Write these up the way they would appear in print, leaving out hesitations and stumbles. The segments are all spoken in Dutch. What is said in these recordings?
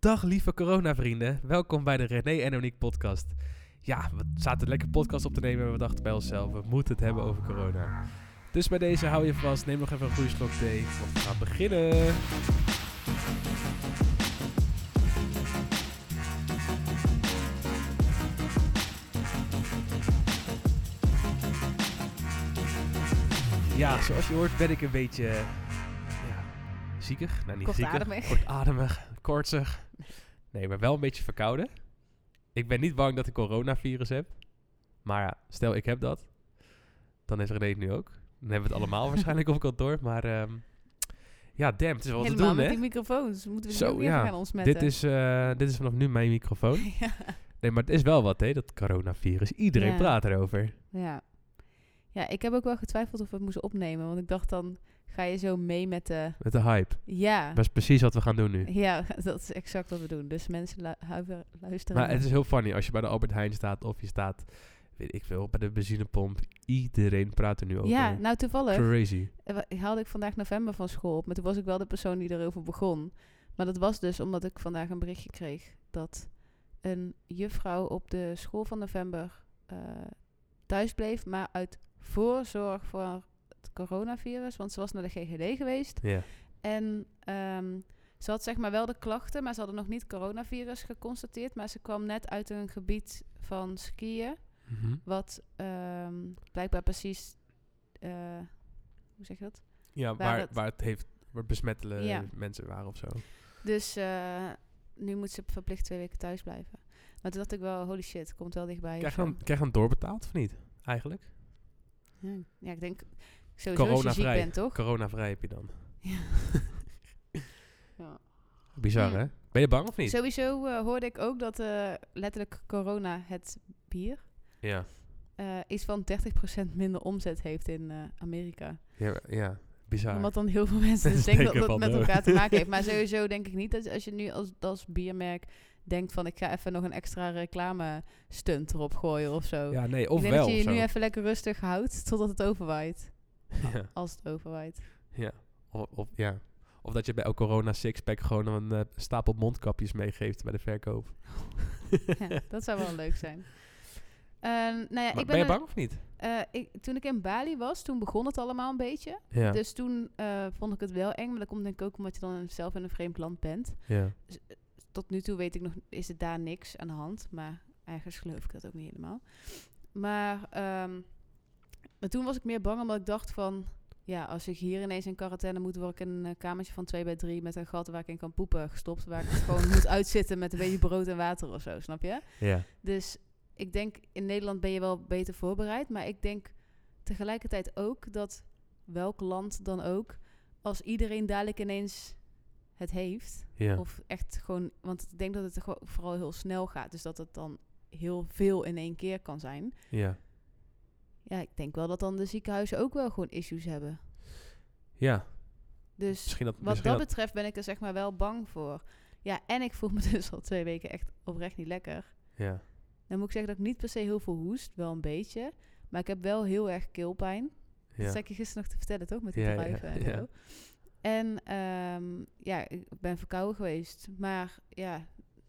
Dag lieve coronavrienden, welkom bij de René en Monique podcast. Ja, we zaten lekker podcast op te nemen en we dachten bij onszelf, we moeten het hebben over corona. Dus bij deze hou je vast, neem nog even een goede slok thee, want we gaan beginnen. Ja, zoals je hoort ben ik een beetje ziekig. Nou, niet Kortademig. ziekig, kortademig, koortsig. Nee, maar wel een beetje verkouden. Ik ben niet bang dat ik coronavirus heb. Maar ja, stel ik heb dat. Dan heeft René het nu ook. Dan hebben we het allemaal waarschijnlijk op kantoor. Maar ja, damn, het is wel wat te Helemaal doen, met hè? die microfoons. Moeten we Zo, die ook even ja. gaan ontsmetten? Dit is vanaf nu mijn microfoon. ja. Nee, maar het is wel wat, hè, dat coronavirus. Iedereen Ja. praat erover. Ja. Ja, ik heb ook wel getwijfeld of we het moesten opnemen. Want ik dacht dan, ga je zo mee met de... Met de hype. Ja. Dat is precies wat we gaan doen nu. Ja, dat is exact wat we doen. Dus mensen luisteren. Maar het is heel funny als je bij de Albert Heijn staat of je staat, weet ik veel, bij de benzinepomp. Iedereen praat er nu over. Ja, nou toevallig Crazy. haalde ik vandaag november van school op. Maar toen was ik wel de persoon die erover begon. Maar dat was dus omdat ik vandaag een berichtje kreeg dat een juffrouw op de school van november thuis bleef. Maar uit voorzorg voor het coronavirus. Want ze was naar de GGD geweest. Ja. En ze had zeg maar wel de klachten, maar ze hadden nog niet coronavirus geconstateerd. Maar ze kwam net uit een gebied van skiën. Mhm. Wat blijkbaar precies, hoe zeg je dat? Ja, waar besmettelijke Ja. mensen waren of zo. Dus nu moet ze verplicht 2 weken thuis blijven. Maar toen dacht ik wel, holy shit, komt wel dichtbij. Krijg of je zo. dan doorbetaald of niet? Eigenlijk? Ja, ik denk sowieso als je ziek Coronavrij. bent, toch? Coronavrij heb je dan. Ja. Ja. Bizar, Hmm. hè? Ben je bang of niet? Sowieso hoorde ik ook dat letterlijk corona, het bier, Ja. iets van 30% minder omzet heeft in Amerika. Ja, bizar. Omdat dan heel veel mensen dus Dus denken dat denken het met van, elkaar te maken heeft. Maar sowieso denk ik niet dat als je nu als biermerk denkt van ik ga even nog een extra reclame stunt erop gooien of zo. Ja, nee, Ik of denk wel dat je of je zo. nu even lekker rustig houdt totdat het overwaait. Ja, Als het overwaait. ja. Of dat je bij elk corona sixpack gewoon een stapel mondkapjes meegeeft bij de verkoop. Ja, dat zou wel leuk zijn. Nou ja, Maar ik ben je er- bang of niet? toen ik in Bali was, toen begon het allemaal een beetje. Ja. Dus toen vond ik het wel eng. Maar dat komt denk ik ook omdat je dan zelf in een vreemd land bent. Ja. Tot nu toe weet ik nog, is het daar niks aan de hand. Maar ergens geloof ik dat ook niet helemaal. Maar toen was ik meer bang omdat ik dacht van... Ja, als ik hier ineens in quarantaine moet, word ik in een kamertje van 2x3 met een gat waar ik in kan poepen gestopt. Waar ik het gewoon moet uitzitten met een beetje brood en water of zo, snap je? Ja. Dus ik denk, in Nederland ben je wel beter voorbereid. Maar ik denk tegelijkertijd ook dat welk land dan ook... als iedereen dadelijk ineens het heeft... Ja. of echt gewoon... want ik denk dat het vooral heel snel gaat. Dus dat het dan heel veel in één keer kan zijn. Ja. Ja, ik denk wel dat dan de ziekenhuizen ook wel gewoon issues hebben. Ja. Dus Misschien dat... wat misschien dat betreft ben ik er zeg maar wel bang voor. Ja, en ik voel me dus al 2 weken echt oprecht niet lekker. Ja. Dan moet ik zeggen dat ik niet per se heel veel hoest. Wel een beetje. Maar ik heb wel heel erg keelpijn. Dat Ja. zei ik je gisteren nog te vertellen, toch? Met die Ja, druiven en ja. zo. En ja, ik ben verkouden geweest. Maar ja,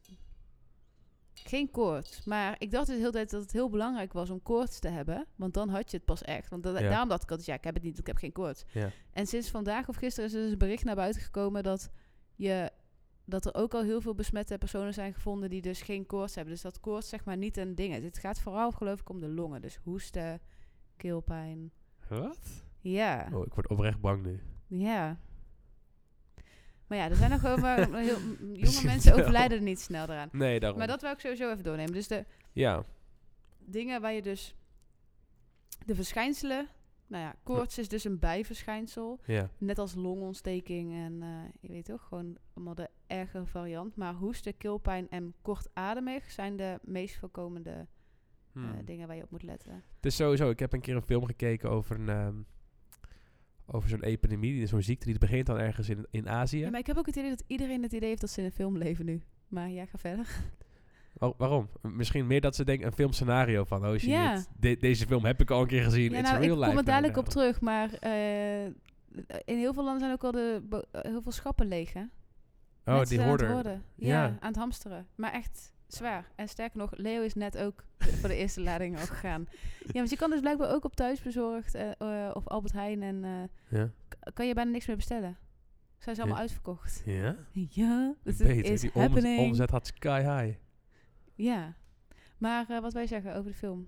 geen koorts. Maar ik dacht dus de hele tijd dat het heel belangrijk was om koorts te hebben. Want dan had je het pas echt. Want daarom dacht ik altijd, ja, ik heb het niet, ik heb geen koorts. Ja. En sinds vandaag of gisteren is er dus een bericht naar buiten gekomen dat er ook al heel veel besmette personen zijn gevonden die dus geen koorts hebben. Dus dat koorts zeg maar niet een ding is. Het gaat vooral geloof ik om de longen. Dus hoesten, keelpijn. Wat? Ja, Oh, ik word oprecht bang nu. ja. Maar ja, er zijn nog gewoon maar jonge Misschien mensen wel. overlijden er niet snel eraan. Nee, daarom. Maar dat wil ik sowieso even doornemen. Dus de Ja. dingen waar je dus... De verschijnselen... Nou ja, koorts is dus een bijverschijnsel. Ja. Net als longontsteking en je weet toch, gewoon allemaal de ergere variant. Maar hoesten, keelpijn en kortademig zijn de meest voorkomende dingen waar je op moet letten. Het is sowieso, ik heb een keer een film gekeken over over zo'n epidemie, zo'n ziekte die begint dan ergens in Azië. Ja, maar ik heb ook het idee dat iedereen het idee heeft dat ze in een film leven nu. Maar ja, ga verder. Waarom? Misschien meer dat ze denken een filmscenario van, oh shit, Ja. deze film heb ik al een keer gezien. Ja, It's nou, ik real kom life. er dadelijk Nou, op terug, maar in heel veel landen zijn ook al heel veel schappen leeg, hè? Oh, Mensen die zijn aan het hoorder. hoorden. Ja. Ja, aan het hamsteren. Maar echt zwaar. En sterker nog, Leo is net ook voor de eerste lading al gegaan. Ja, want je kan dus blijkbaar ook op Thuisbezorgd of Albert Heijn en Ja. kan je bijna niks meer bestellen. Zijn ze allemaal Ja. uitverkocht. Ja? Ja, het Beter. is Die happening. omzet had sky high. Ja. Maar wat wij zeggen over de film.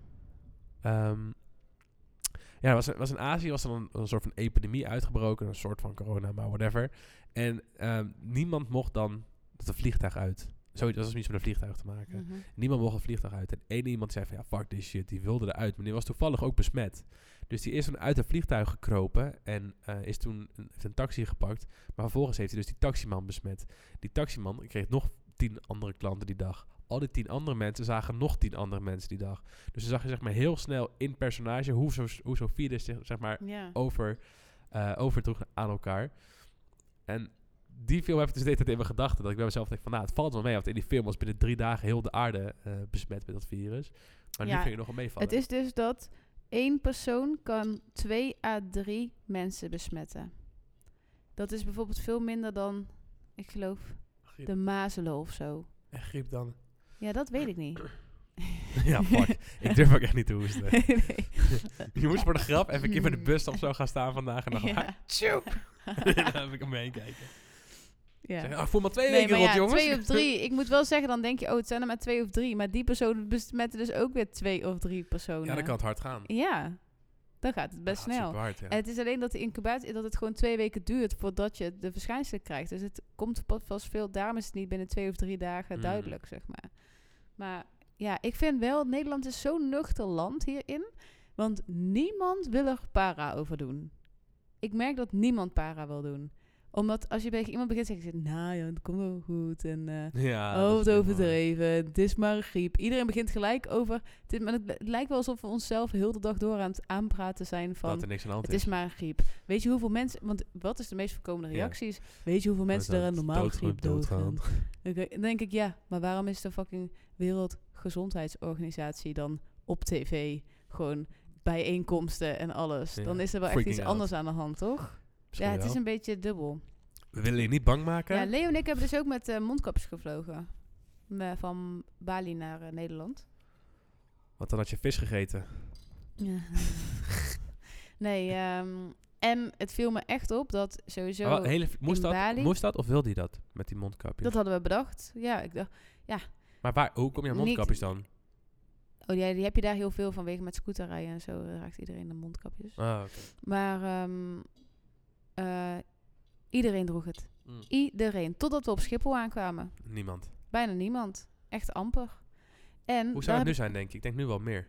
Ja, was in Azië was er een soort van epidemie uitgebroken. Een soort van corona, maar whatever. En niemand mocht dan het vliegtuig uit. Dat was iets met een vliegtuig te maken. Mhm. Niemand mocht het vliegtuig uit. En één iemand zei van, ja, fuck this shit. Die wilde eruit. Maar die was toevallig ook besmet. Dus die is toen uit het vliegtuig gekropen. En is toen heeft een taxi gepakt. Maar vervolgens heeft hij dus die taximan besmet. Die taximan kreeg nog 10 andere klanten die dag. Al die 10 andere mensen zagen nog 10 andere mensen die dag. Dus ze zag je zeg maar heel snel in personage hoe zo'n virus zich zeg maar Ja. overdroeg aan elkaar. En die film heb ik dus de hele tijd in mijn gedachten. Dat ik bij mezelf denk van, nou, het valt wel mee. Want in die film was binnen 3 dagen heel de aarde besmet met dat virus. Maar nu Ja, vind je nog wel meevallen. Het is dus dat 1 persoon kan 2 à 3 mensen besmetten. Dat is bijvoorbeeld veel minder dan, ik geloof, Griep. de mazelen of zo. En griep dan. Ja, dat weet ik niet. Ja, fuck. Ik durf ook echt niet te hoesten. Nee. Je moest voor de grap even een keer bij de bus of zo gaan staan vandaag. En dan gewoon, Ja. tjoep. En dan heb ik hem heen kijken. Ja. Zeg, voel maar 2 Nee, weken maar rond, ja, jongens. 2 of 3. Ik moet wel zeggen, dan denk je, het zijn er maar 2 of 3. Maar die personen besmetten dus ook weer 2 of 3 personen. Ja, dan kan het hard gaan. Ja, dan gaat het best Ja, snel. superhard, ja. En het is alleen dat de incubatie, dat het gewoon 2 weken duurt voordat je de verschijnselen krijgt. Dus het komt pas veel, daarom is het niet binnen 2 of 3 dagen duidelijk, zeg maar. Maar ja, ik vind wel, Nederland is zo'n nuchter land hierin. Want niemand wil er para over doen. Ik merk dat niemand para wil doen. Omdat als je bij iemand begint te zeggen, nou ja, het komt wel goed. En Ja, dat oh, is wat helemaal- overdreven. Het is maar een griep. Iedereen begint gelijk over. Maar het lijkt wel alsof we onszelf heel de dag door aan het aanpraten zijn van, Dat er niks aan de hand het is maar een griep. Weet je hoeveel mensen, want wat is de meest voorkomende Ja. reacties? Weet je hoeveel mensen dat er aan normale doodgaan, griep doodgaan? Dan denk ik, ja, maar waarom is de fucking Wereldgezondheidsorganisatie dan op tv gewoon bijeenkomsten en alles? Ja. Dan is er wel echt Freaking iets out. anders aan de hand, toch? Misschien Ja, het is wel. een beetje dubbel. We willen je niet bang maken. Ja, Leo en ik hebben dus ook met mondkapjes gevlogen. Van Bali naar Nederland. Want dan had je vis gegeten. Ja. Nee, en het viel me echt op dat sowieso... Maar wel, Bali? moest dat of wilde je dat met die mondkapjes? Dat hadden we bedacht. Ja, ik dacht... Maar hoe kom je aan Niet- mondkapjes dan? Oh ja, die heb je daar heel veel vanwege met scooterrijden en zo. Raakt iedereen de mondkapjes. Ah, oké. Maar iedereen droeg het. Mm. Iedereen. Totdat we op Schiphol aankwamen. Niemand. Bijna niemand. Echt amper. En Hoe daar zou het heb nu zijn, denk ik? Ik denk nu wel meer.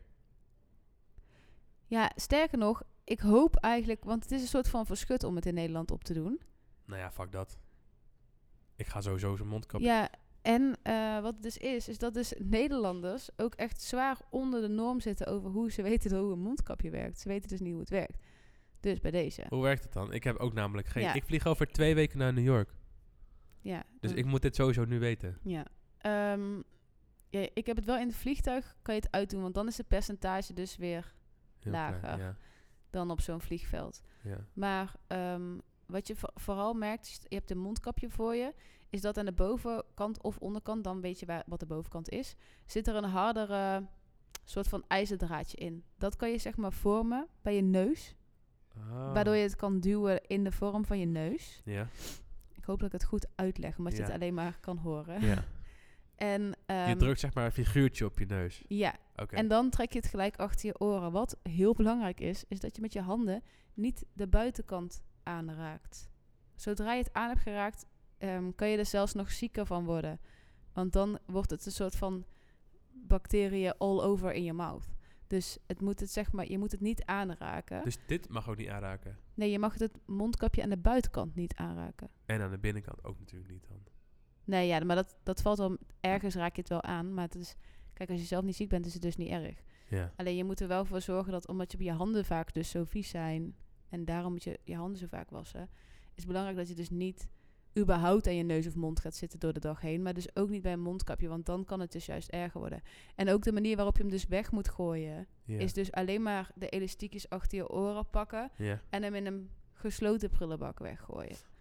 Ja, sterker nog, ik hoop eigenlijk... Want het is een soort van verschut om het in Nederland op te doen. Nou ja, fuck dat. Ik ga sowieso zo'n mondkapje. Ja, en wat het dus is dat dus Nederlanders ook echt zwaar onder de norm zitten over hoe ze weten hoe een mondkapje werkt. Ze weten dus niet hoe het werkt. Dus bij deze. Hoe werkt het dan? Ik heb ook namelijk geen... Ja. Ik vlieg over 2 weken naar New York. Ja, Dus dan- ik moet dit sowieso nu weten. Ja. Ja, ik heb het wel in het vliegtuig, kan je het uitdoen, want dan is het percentage dus weer Heel Lager. klein, ja. dan op zo'n vliegveld. Ja. Maar wat je vooral merkt, is, je hebt een mondkapje voor je, is dat aan de bovenkant of onderkant, dan weet je wat de bovenkant is, zit er een hardere soort van ijzerdraadje in. Dat kan je zeg maar vormen bij je neus, Oh. waardoor je het kan duwen in de vorm van je neus. Ja. Ik hoop dat ik het goed uitleg, omdat je Ja. het alleen maar kan horen. Ja. En, Je drukt zeg maar een figuurtje op je neus. Ja, Oké. en dan trek je het gelijk achter je oren. Wat heel belangrijk is dat je met je handen niet de buitenkant aanraakt. Zodra je het aan hebt geraakt, kan je er zelfs nog zieker van worden. Want dan wordt het een soort van bacteriën all over in je mouth. Dus je moet het niet aanraken. Dus dit mag ook niet aanraken. Nee, je mag het mondkapje aan de buitenkant niet aanraken. En aan de binnenkant ook natuurlijk niet dan. Nee, ja, maar dat valt wel... Ergens raak je het wel aan, maar het is... Kijk, als je zelf niet ziek bent, is het dus niet erg. Ja. Alleen je moet er wel voor zorgen dat, omdat je handen vaak dus zo vies zijn... en daarom moet je je handen zo vaak wassen... is het belangrijk dat je dus niet überhaupt aan je neus of mond gaat zitten door de dag heen... maar dus ook niet bij een mondkapje, want dan kan het dus juist erger worden. En ook de manier waarop je hem dus weg moet gooien... Ja. is dus alleen maar de elastiekjes achter je oren pakken... Ja. en hem in een gesloten prullenbak weggooien.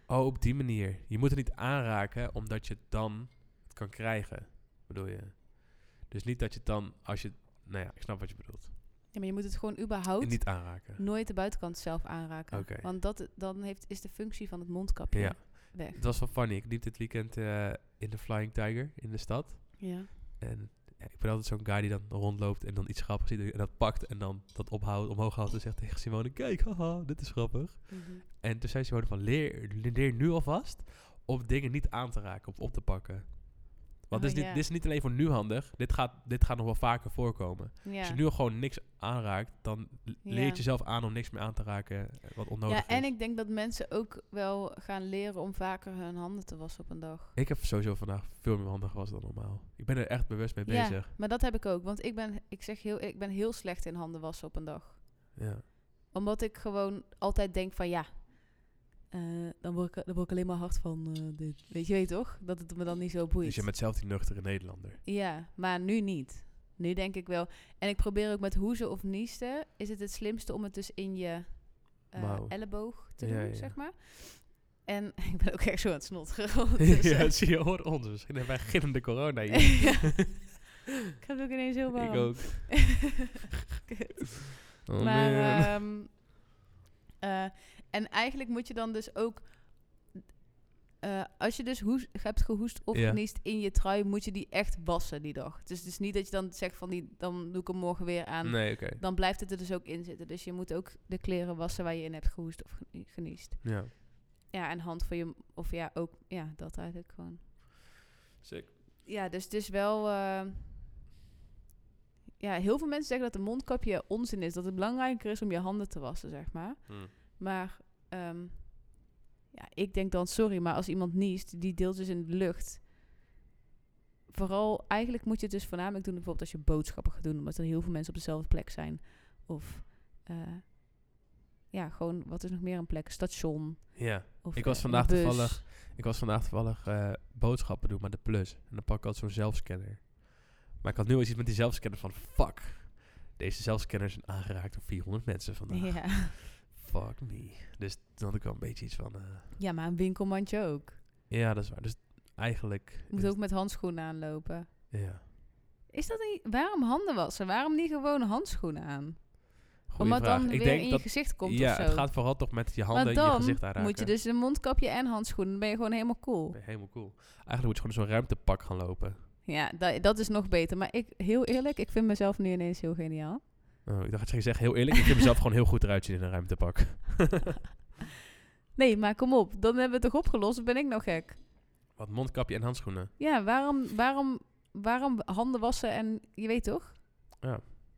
Oh, op die manier. Je moet het niet aanraken, omdat je dan het kan krijgen, bedoel je? Dus niet dat je het dan, als je... Nou ja, ik snap wat je bedoelt. Ja, maar je moet het gewoon überhaupt Niet aanraken. nooit de buitenkant zelf aanraken. Oké. Want dan is de functie van het mondkapje Ja. weg. Het was wel funny. Ik liep dit weekend in de Flying Tiger in de stad. Ja. En ik ben altijd zo'n guy die dan rondloopt en dan iets grappigs ziet en dat pakt en dan dat omhoog houdt en zegt tegen Simone, kijk, haha, dit is grappig. Mhm. En toen zei Simone van, leer nu alvast om dingen niet aan te raken of op te pakken. Want dit is niet alleen voor nu handig, dit gaat nog wel vaker voorkomen. Ja. Als je nu al gewoon niks aanraakt, dan leert jezelf aan om niks meer aan te raken wat onnodig is. Ja, en ik denk dat mensen ook wel gaan leren om vaker hun handen te wassen op een dag. Ik heb sowieso vandaag veel meer handen gewassen dan normaal. Ik ben er echt bewust mee bezig. Ja, maar dat heb ik ook. Want ik ben heel slecht in handen wassen op een dag. Ja. Omdat ik gewoon altijd denk van dan word ik alleen maar hard van dit. Weet je toch? Dat het me dan niet zo boeit. Dus je bent zelf die nuchtere Nederlander. Ja, maar nu niet. Nu denk ik wel. En ik probeer ook met hoezen of niesten. Is het slimste om het dus in je elleboog te doen, zeg maar. En ik ben ook echt zo aan het snotteren. Ja, dat zie je, hoor ons. Misschien hebben wij gillende corona hier. Ik heb het ook ineens heel warm. Ik ook. Kut. Oh, Maar, en eigenlijk moet je dan dus ook... als je dus hebt gehoest of geniest in je trui, moet je die echt wassen die dag. Dus het is niet dat je dan zegt van dan doe ik hem morgen weer aan. Nee, oké. Dan blijft het er dus ook in zitten. Dus je moet ook de kleren wassen waar je in hebt gehoest of geniest. Ja. Ja, en hand voor je... Of ja, ook... Ja, dat eigenlijk gewoon. Sick. Ja, dus het is wel... ja, heel veel mensen zeggen dat een mondkapje onzin is. Dat het belangrijker is om je handen te wassen, zeg maar. Maar... ja, ik denk dan, sorry, maar als iemand niest, die deelt dus in de lucht. Vooral, eigenlijk moet je het dus voornamelijk doen, bijvoorbeeld als je boodschappen gaat doen, omdat er heel veel mensen op dezelfde plek zijn. Of, ja, gewoon, wat is nog meer een plek? Station. Ja, of, ik was vandaag toevallig boodschappen doen met de Plus. En dan pak ik altijd zo'n zelfscanner. Maar ik had nu eens iets met die zelfscanner van, fuck. Deze zelfscanner is aangeraakt door 400 mensen vandaag. Ja. Fuck me. Dus toen had ik wel een beetje iets van... ja, maar een winkelmandje ook. Ja, dat is waar. Dus eigenlijk... Je moet ook met handschoenen aanlopen. Ja. Is dat niet... Waarom handen wassen? Waarom niet gewoon handschoenen aan? Goeie Omdat vraag. dan Ik weer denk in je gezicht komt ja, of zo. het gaat vooral toch met je handen in je gezicht aanraken. moet je dus een mondkapje en handschoenen. Dan ben je gewoon helemaal cool. Ben je helemaal cool. Eigenlijk moet je gewoon in zo'n ruimtepak gaan lopen. Ja, dat is nog beter. Maar heel eerlijk, ik vind mezelf nu ineens heel geniaal. Oh, ik dacht dat je zeggen, heel eerlijk, ik vind mezelf gewoon heel goed eruit zien in een ruimtepak. Nee, maar kom op. Dan hebben we het toch opgelost? Of ben ik nog gek? Wat, mondkapje en handschoenen? Ja, waarom handen wassen en... Je weet toch? Ja.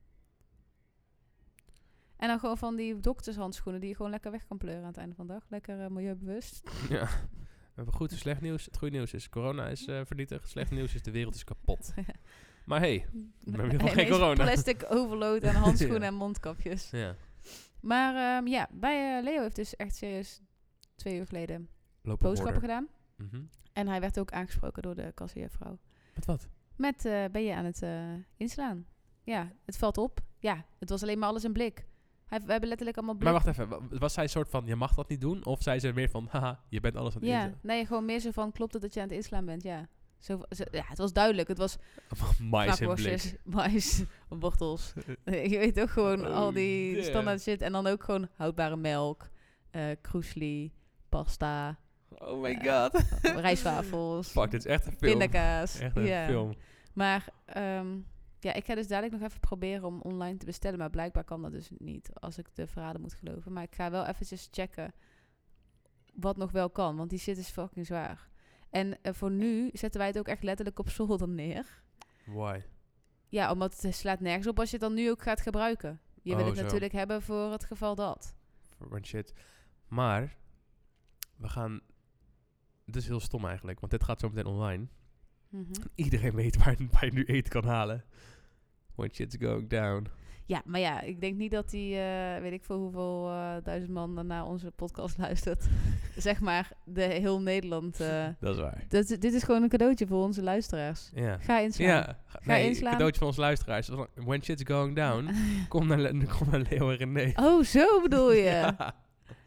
En dan gewoon van die doktershandschoenen die je gewoon lekker weg kan pleuren aan het einde van de dag. Lekker milieubewust. Ja. We hebben goed en slecht nieuws. Het goede nieuws is, corona is vernietigd. Het slechte nieuws is, de wereld is kapot. Maar hey, we hebben in ieder geval geen corona. Plastic overload en handschoenen en mondkapjes. Ja. Maar bij Leo heeft dus echt serieus 2 uur geleden Lopen boodschappen gedaan. Mm-hmm. En hij werd ook aangesproken door de kassiervrouw. Met wat? Met, ben je aan het inslaan? Ja, het valt op. Ja, het was alleen maar alles in blik. We hebben letterlijk allemaal blik. Maar wacht even, was zij een soort van, je mag dat niet doen? Of zei ze meer van, haha, je bent alles aan het inslaan? Ja, nee, gewoon meer zo van, klopt het dat je aan het inslaan bent? Ja. Ja, het was duidelijk. Het was mais in blik. mais, wortels. Je weet toch gewoon al die damn. standaard shit. En dan ook gewoon houdbare melk, kroesli, pasta. Oh my god. Rijstwafels. Fuck, dit is echt een film. Pindakaas. Echt een film. Maar ja, ik ga dus dadelijk nog even proberen om online te bestellen. Maar blijkbaar kan dat dus niet, als ik de verhalen moet geloven. Maar ik ga wel eventjes checken wat nog wel kan. Want die shit is fucking zwaar. En voor nu zetten wij het ook echt letterlijk op zolder neer. Why? Ja, omdat het slaat nergens op als je het dan nu ook gaat gebruiken. Je wil het zo. natuurlijk hebben voor het geval dat. For shit. Maar, we gaan... Het is heel stom eigenlijk, want dit gaat zo meteen online. Mm-hmm. Iedereen weet waar je nu eten kan halen. When shit's going down. Ja, maar ja, ik denk niet dat die, weet ik veel hoeveel 1000 man naar onze podcast luistert. Zeg maar, de heel Nederland. Dat is waar. Dit is gewoon een cadeautje voor onze luisteraars. Ja. Ga inslaan. Ja, nee, inslaan. cadeautje van onze luisteraars. When shit's going down, kom naar Leo en René. Oh, zo bedoel je. Ja.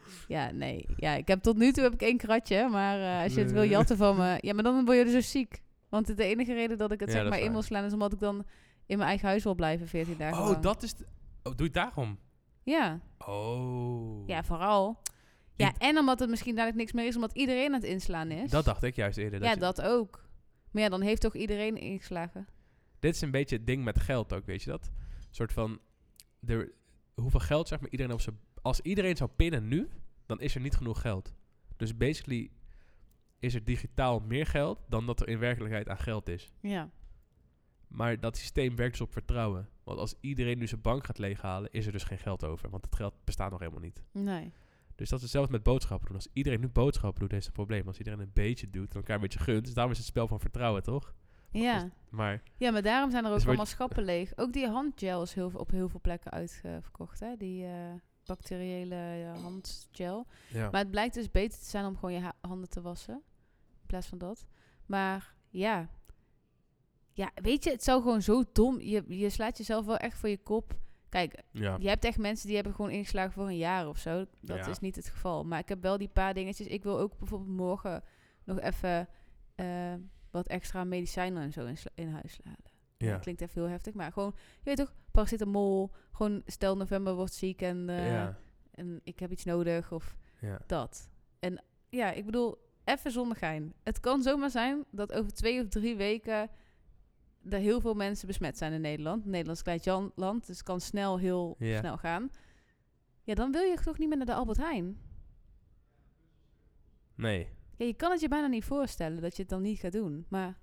Ja, nee. Ja, tot nu toe heb ik 1 kratje. Maar als je het wil jatten van me... Ja, maar dan word je dus zo ziek. Want de enige reden dat ik het zeg maar in wil slaan... is omdat ik dan in mijn eigen huis wil blijven 14 dagen lang. Dat is... doe je het daarom? Ja. Oh. Ja, vooral. Ja, en omdat het misschien dadelijk niks meer is... omdat iedereen aan het inslaan is. Dat dacht ik juist eerder. Dat ook. Maar ja, dan heeft toch iedereen ingeslagen. Dit is een beetje het ding met geld ook, weet je dat? Een soort van... hoeveel geld zeg maar iedereen op zijn... Als iedereen zou pinnen nu... dan is er niet genoeg geld. Dus basically is er digitaal meer geld... dan dat er in werkelijkheid aan geld is. Ja. Maar dat systeem werkt dus op vertrouwen. Want als iedereen nu zijn bank gaat leeghalen... is er dus geen geld over. Want het geld bestaat nog helemaal niet. Nee. Dus dat is hetzelfde met boodschappen doen. Als iedereen nu boodschappen doet, is het een probleem. Als iedereen een beetje doet en elkaar een beetje gunt... dus daarom is het spel van vertrouwen, toch? Ja. Maar daarom zijn er ook dus allemaal schappen leeg. Ook die handgel is op heel veel plekken uitverkocht, hè? Die bacteriële handgel. ja. Maar het blijkt dus beter te zijn om gewoon je handen te wassen. In plaats van dat. Maar ja, weet je, het zou gewoon zo dom... Je slaat jezelf wel echt voor je kop. Kijk, je hebt echt mensen die hebben gewoon ingeslagen voor een jaar of zo. Dat is niet het geval. Maar ik heb wel die paar dingetjes. Ik wil ook bijvoorbeeld morgen nog even wat extra medicijnen en zo in huis halen. Ja. Dat klinkt even heel heftig, maar gewoon, je weet toch, paracetamol. Gewoon, stel november wordt ziek en ik heb iets nodig of dat. En ja, ik bedoel, even zonder gein. Het kan zomaar zijn dat over 2 of 3 weken er heel veel mensen besmet zijn in Nederland. Nederland is een klein land, dus het kan heel snel gaan. Ja, dan wil je toch niet meer naar de Albert Heijn? Nee. Ja, je kan het je bijna niet voorstellen dat je het dan niet gaat doen, maar...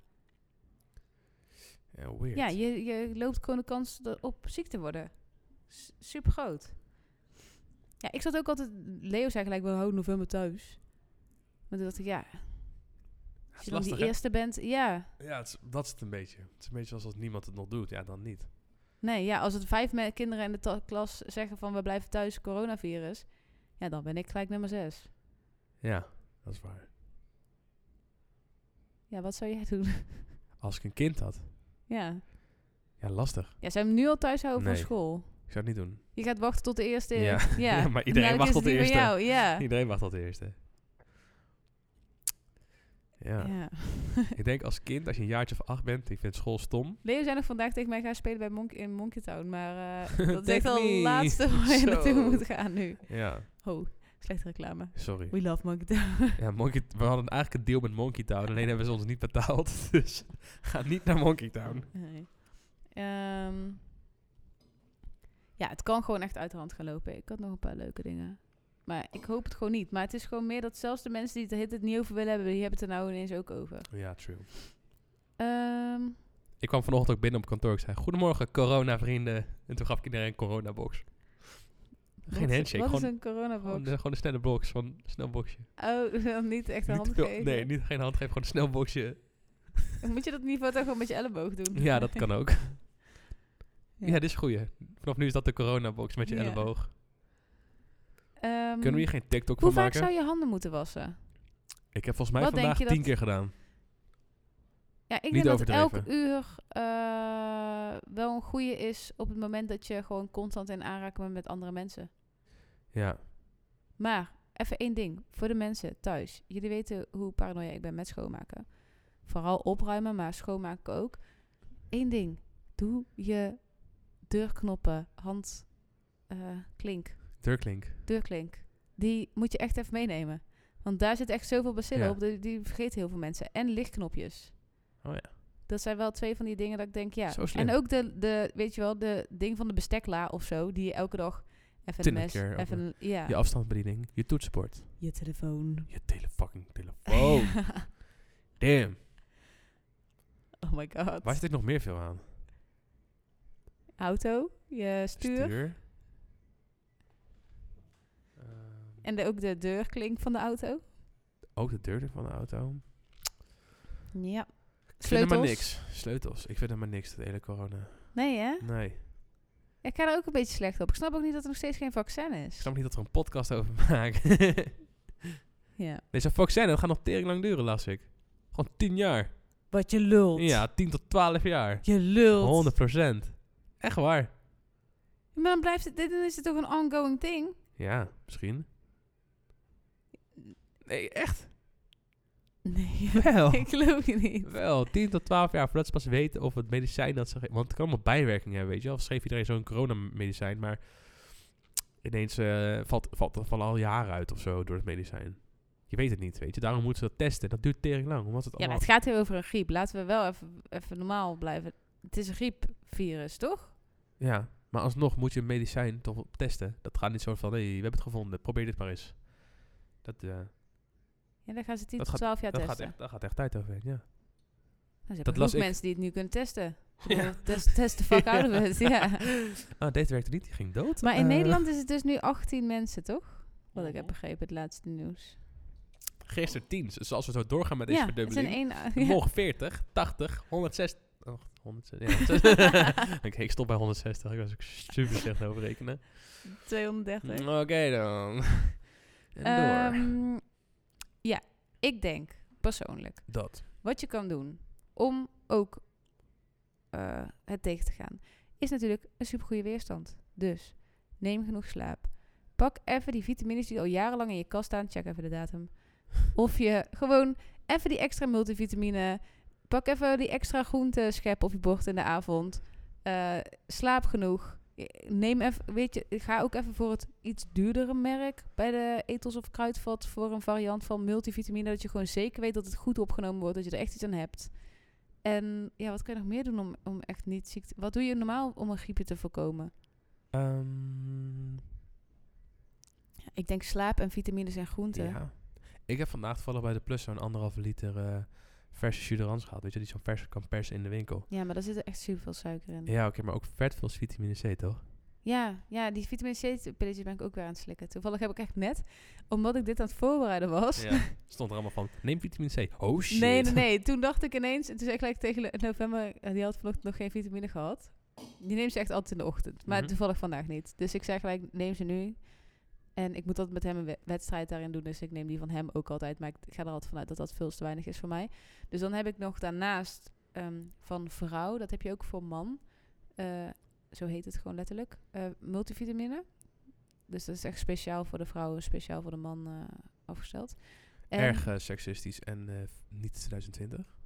Ja, weird. Ja, je loopt gewoon de kans op ziek te worden. Super groot. Ja, ik zat ook altijd... Leo zei gelijk, we houden november thuis. Maar toen dacht ik, als je dan die eerste bent, Ja, dat is het een beetje. Het is een beetje als niemand het nog doet, dan niet. Nee, als het 5 kinderen in de klas zeggen van we blijven thuis, coronavirus. Ja, dan ben ik gelijk nummer 6. Ja, dat is waar. Ja, wat zou jij doen? Als ik een kind had? Ja. Ja, lastig. Ja, zou je hem nu al thuis houden van school? Ik zou het niet doen. Je gaat wachten tot de eerste... Ja, maar iedereen wacht tot de eerste. Jou, ja. Iedereen wacht tot de eerste. Ja. Ik denk als kind, als je een jaartje of 8 bent, ik vind school stom. Leo zei nog vandaag tegen mij, ga spelen in Monkey Town. Maar dat is echt al het laatste waar je naartoe moet gaan nu. Ja. Oh, slechte reclame. Sorry. We love Monkey Town. Ja, we hadden eigenlijk een deal met Monkey Town, alleen hebben ze ons niet betaald. Dus ga niet naar Monkey Town. Nee. Ja, het kan gewoon echt uit de hand gaan lopen. Ik had nog een paar leuke dingen. Maar ik hoop het gewoon niet. Maar het is gewoon meer dat zelfs de mensen die het niet over willen hebben, die hebben het er nou ineens ook over. Ja, true. Ik kwam vanochtend ook binnen op kantoor. Ik zei, goedemorgen corona-vrienden. En toen gaf ik iedereen een coronabox. Geen handshake. Wat is een coronabox? Gewoon een snelle box. Gewoon een snel boxje. Oh, niet echt een hand geven? Nee, geen hand geven. Gewoon een snel boxje. Moet je dat niveau toch gewoon met je elleboog doen? Ja, dat kan ook. Ja, dit is een goeie. Vanaf nu is dat de coronabox met je elleboog. Kunnen we hier geen TikTok van maken? Hoe vaak zou je handen moeten wassen? Ik heb volgens mij vandaag 10 keer gedaan. Ja, ik denk dat elk uur wel een goeie is op het moment dat je gewoon constant in aanraking bent met andere mensen. Ja. Maar, even 1 ding. Voor de mensen thuis. Jullie weten hoe paranoia ik ben met schoonmaken. Vooral opruimen, maar schoonmaken ook. 1 ding. Doe je deurknoppen, deurklink. Die moet je echt even meenemen. Want daar zit echt zoveel bacillen op. Die vergeten heel veel mensen. En lichtknopjes. Oh ja. Dat zijn wel 2 van die dingen dat ik denk, ja. Zo slim. En ook de weet je wel, de ding van de bestekla of zo. Die je elke dag even een mes... Even je afstandsbediening. Je toetsenbord. Je telefoon. Je fucking telefoon. Damn. Oh my god. Waar zit ik nog meer veel aan? Auto. Je stuur. En ook de deurklink van de auto. Ook de deur van de auto? Ja. Ik vind er maar niks. Sleutels. Ik vind er maar niks, dat hele corona. Nee, hè? Nee. Ja, ik ga er ook een beetje slecht op. Ik snap ook niet dat er nog steeds geen vaccin is. Ik snap niet dat er een podcast over maken. Ja. Nee, zo'n vaccin, dat gaat nog tering lang duren, las ik. Gewoon 10 jaar. Wat je lult. Ja, 10 tot 12 jaar. Je lult. 100%. Echt waar. Maar dan blijft het, dan is het toch een ongoing thing? Ja, misschien. Nee, echt? Nee, Wel. ik geloof je niet. Wel, 10 tot 12 jaar voordat ze pas weten of het medicijn dat ze... Want het kan allemaal bijwerkingen hebben, weet je wel. Of schreef iedereen zo'n coronamedicijn, maar ineens vallen al jaren uit of zo door het medicijn. Je weet het niet, weet je. Daarom moeten ze dat testen. Dat duurt tering lang, omdat het Ja, maar allemaal... het gaat hier over een griep. Laten we wel even normaal blijven. Het is een griepvirus, toch? Ja, maar alsnog moet je een medicijn toch testen. Dat gaat niet zo van, nee, we hebben het gevonden. Probeer dit maar eens. Ja, dan gaan ze 10 Dat tot 12 jaar testen. Daar gaat echt tijd overheen, ja. Nou, dat dat las las ik. mensen die het nu kunnen testen. Ja. Test the fuck out of it, ja. Deze werkte niet, die ging dood. Maar in Nederland is het dus nu 18 mensen, toch? Wat ik heb Mhm. begrepen, het laatste nieuws. Gisteren 10. Dus als we zo doorgaan met deze Ja, het verdubbeling. zijn één... Morgen 40, 80, 160... Oh, 160. Ja, ik stop bij 160. Ik was ook super slecht over rekenen. 230. Oké dan. En door. Ja, ik denk persoonlijk... Dat. Wat je kan doen om ook het tegen te gaan, is natuurlijk een supergoeie weerstand. Dus neem genoeg slaap. Pak even die vitamines die al jarenlang in je kast staan. Check even de datum. Of je gewoon even die extra multivitamine. Pak even die extra groenteschep op je bord in de avond. Slaap genoeg. Neem even, weet je, ga ook even voor het iets duurdere merk bij de Ethos of Kruidvat voor een variant van multivitamine. Dat je gewoon zeker weet dat het goed opgenomen wordt, dat je er echt iets aan hebt. En ja, wat kan je nog meer doen om echt niet ziek te... Wat doe je normaal om een griepje te voorkomen? Ik denk slaap en vitamines en groenten. Ja. Ik heb vandaag toevallig bij de Plus zo'n 1,5 liter verse jus d'orange gehad. Weet je, die zo'n vers kan persen in de winkel. Ja, maar daar zit er echt super veel suiker in. Ja, oké, maar ook vet veel vitamine C, toch? Ja, die vitamine C-pilletjes ben ik ook weer aan het slikken. Toevallig heb ik echt net, omdat ik dit aan het voorbereiden was... Ja, stond er allemaal van, neem vitamine C. Oh shit. Nee. Toen dacht ik ineens, en toen zei ik gelijk tegen November, die had vanochtend nog geen vitamine gehad. Die neemt ze echt altijd in de ochtend, maar toevallig vandaag niet. Dus ik zei gelijk, neem ze nu. En ik moet altijd met hem een wedstrijd daarin doen, dus ik neem die van hem ook altijd. Maar ik ga er altijd vanuit dat dat veel te weinig is voor mij. Dus dan heb ik nog daarnaast van vrouw, dat heb je ook voor man. Zo heet het gewoon letterlijk. Multivitamine. Dus dat is echt speciaal voor de vrouw, speciaal voor de man afgesteld. En, Erg seksistisch en niet 2020.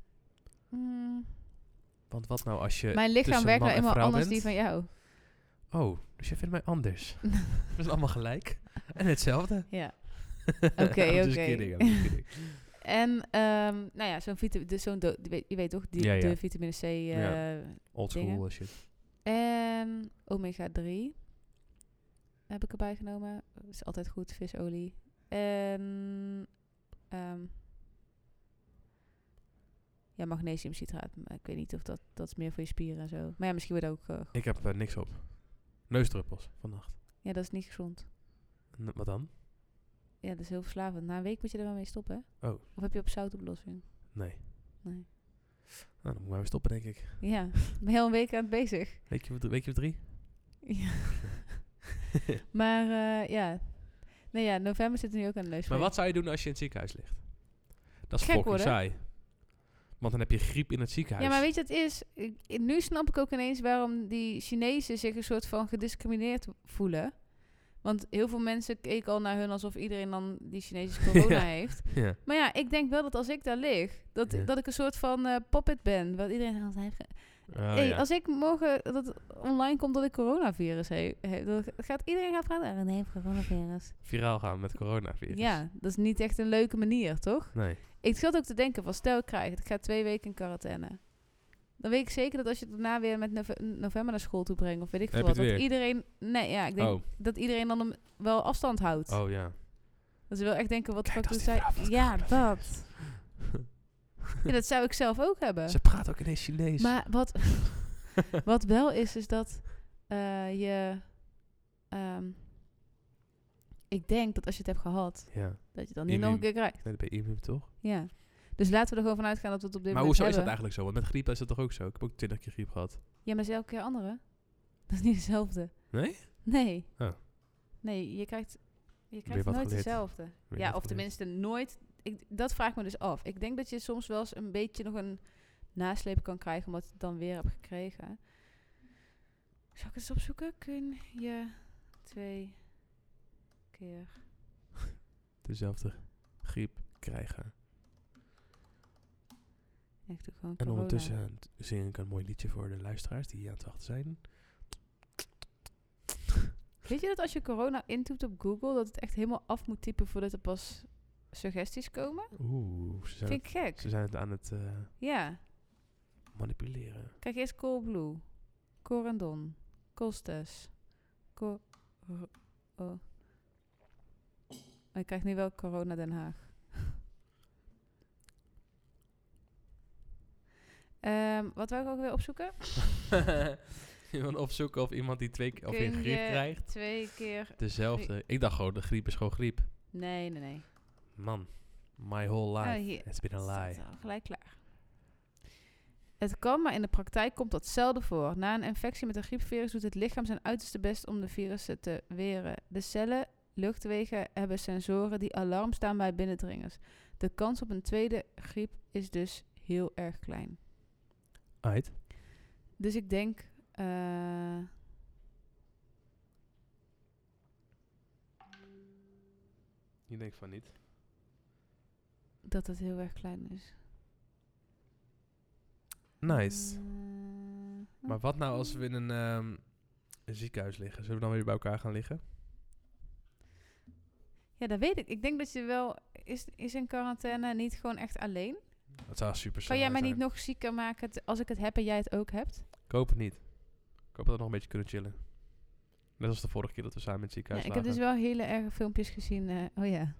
Want wat nou als je mijn lichaam tussen werkt man nou en eenmaal vrouw anders bent? die van jou. Oh, dus je vindt mij anders. We zijn allemaal gelijk. En hetzelfde. Ja. I'm Oké. just kidding. En, nou ja, je weet toch, de vitamine C Old dingen. school shit. En omega 3 heb ik erbij genomen. Is altijd goed, visolie. En ja, magnesiumcitraat. Maar ik weet niet of dat is meer voor je spieren en zo. Maar ja, misschien wordt ook... Ik heb niks op. Neusdruppels vannacht. Ja, dat is niet gezond. Wat dan? Ja, dat is heel verslavend. Na een week moet je er wel mee stoppen, hè? Oh. Of heb je op zoutoplossing? Nee. Nee. Nou, dan moet ik maar weer stoppen, denk ik. Ja, ben je al een week aan het bezig? Weekje of 3? Ja. Maar ja. Nee ja, november zit er nu ook aan de neus. Maar wat zou je doen als je in het ziekenhuis ligt? Dat is Gek fucking worden. saai. Want dan heb je griep in het ziekenhuis. Ja, maar weet je wat het is? Nu snap ik ook ineens waarom die Chinezen zich een soort van gediscrimineerd voelen. Want heel veel mensen keken al naar hun alsof iedereen dan die Chinese corona heeft. Ja. Maar ja, ik denk wel dat als ik daar lig, dat ik een soort van puppet ben. Wat iedereen altijd heeft. Als ik morgen dat het online komt dat ik coronavirus heb, dan gaat iedereen gaan vragen, nee, coronavirus. Viraal gaan met coronavirus. Ja, dat is niet echt een leuke manier, toch? Nee. Ik zat ook te denken van, stel ik krijg het, ik ga 2 weken in quarantaine. Dan weet ik zeker dat als je het daarna weer met november naar school toe brengt, of weet ik veel wat, dat iedereen... Nee, ja, ik denk dat iedereen dan wel afstand houdt. Oh ja. Dat ze wel echt denken, wat Kijk, fuck doet dat is zij... die Ja, dat. Ja, dat zou ik zelf ook hebben. Ze praat ook ineens Chinees. Maar wat wel is dat je... ik denk dat als je het hebt gehad, dat je dan niet nog een keer krijgt. Nee, dat ben je toch? Ja. Dus laten we er gewoon vanuit gaan dat we het op dit maar moment hoezo hebben. is dat eigenlijk zo? Want met griep is dat toch ook zo? Ik heb ook 20 keer griep gehad. Ja, maar is elke keer andere. Dat is niet hetzelfde. Nee? Nee. Oh. Nee, je krijgt nooit geleerd. hetzelfde. Ja, of tenminste nooit. Dat vraag ik me dus af. Ik denk dat je soms wel eens een beetje nog een nasleep kan krijgen, omdat je het dan weer hebt gekregen. Zal ik het eens opzoeken? Kun je 2 keer Dezelfde griep krijgen. Ik doe gewoon En corona. ondertussen zing ik een mooi liedje voor de luisteraars die aan het wachten zijn. Weet je dat als je corona intoet op Google, dat het echt helemaal af moet typen voordat er pas suggesties komen? Oeh, ze Vind ik gek. zijn het aan het Ja. manipuleren. Kijk eerst Coolblue, Corendon, Costes, oh. Ik krijg nu wel Corona Den Haag. Wat wou ik ook weer opzoeken? Je wil opzoeken of iemand die 2 keer of je een Kun griep je krijgt. 2 keer... Dezelfde. Ik dacht gewoon, de griep is gewoon griep. Nee. Man, my whole life. Hier. It's been a lie. Staat al gelijk klaar. Het kan, maar in de praktijk komt dat zelden voor. Na een infectie met een griepvirus doet het lichaam zijn uiterste best om de virussen te weren. De cellen, luchtwegen hebben sensoren die alarm staan bij binnendringers. De kans op een tweede griep is dus heel erg klein. Uit. Dus ik denk... Je denkt van niet. dat het heel erg klein is. Nice. Maar wat nou als we in een ziekenhuis liggen? Zullen we dan weer bij elkaar gaan liggen? Ja, dat weet ik. Ik denk dat je wel... Is in quarantaine niet gewoon echt alleen? Dat zou super Kan jij saai mij zijn. niet nog zieker maken als ik het heb en jij het ook hebt? Ik hoop het niet. Ik hoop dat we nog een beetje kunnen chillen. Net als de vorige keer dat we samen in het Ja, ziekenhuis ik heb dus lagen. wel hele erge filmpjes gezien.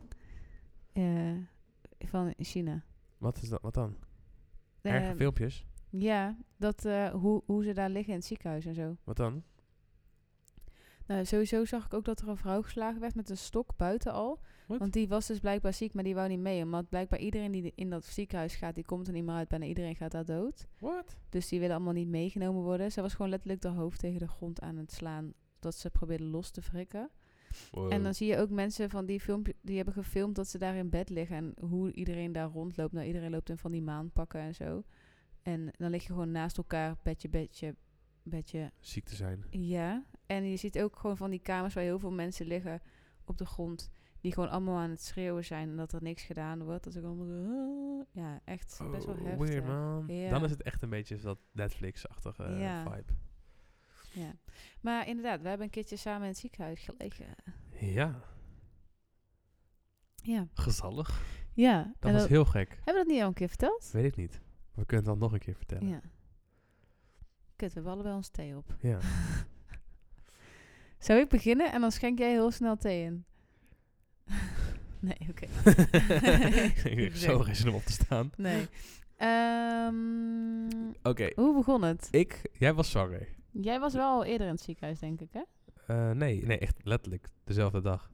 Van China. Wat is dat? Wat dan? Erge filmpjes? Ja, dat, hoe ze daar liggen in het ziekenhuis en zo. Wat dan? Nou, sowieso zag ik ook dat er een vrouw geslagen werd met een stok buiten al. Wat? Want die was dus blijkbaar ziek, maar die wou niet mee. Omdat blijkbaar iedereen die in dat ziekenhuis gaat, die komt er niet meer uit. Bijna iedereen gaat daar dood. Wat? Dus die willen allemaal niet meegenomen worden. Ze was gewoon letterlijk haar hoofd tegen de grond aan het slaan. Dat ze probeerde los te wrikken. Wow. En dan zie je ook mensen van die filmpjes, die hebben gefilmd dat ze daar in bed liggen. En hoe iedereen daar rondloopt. Nou, iedereen loopt in van die maanpakken en zo. En dan lig je gewoon naast elkaar, bedje. Ziek te zijn. Ja. En je ziet ook gewoon van die kamers waar heel veel mensen liggen op de grond. Die gewoon allemaal aan het schreeuwen zijn en dat er niks gedaan wordt. Dat is ook allemaal zo, ja, echt best wel heftig. Weird, man. Ja. Dan is het echt een beetje dat Netflix-achtige vibe. Ja. Maar inderdaad, we hebben een keertje samen in het ziekenhuis gelegen. Ja. Ja. Gezellig. Ja. Dat was heel gek. Hebben we dat niet al een keer verteld? Weet ik niet. We kunnen het dan nog een keer vertellen. Ja. Kut, we ballen wel ons thee op. Ja. Zou ik beginnen en dan schenk jij heel snel thee in? Nee, oké. Ik heb zo geen zin om op te staan. Nee. Oké. Hoe begon het? Jij was zwanger. Jij was wel al eerder in het ziekenhuis, denk ik, hè? Nee, echt letterlijk. Dezelfde dag.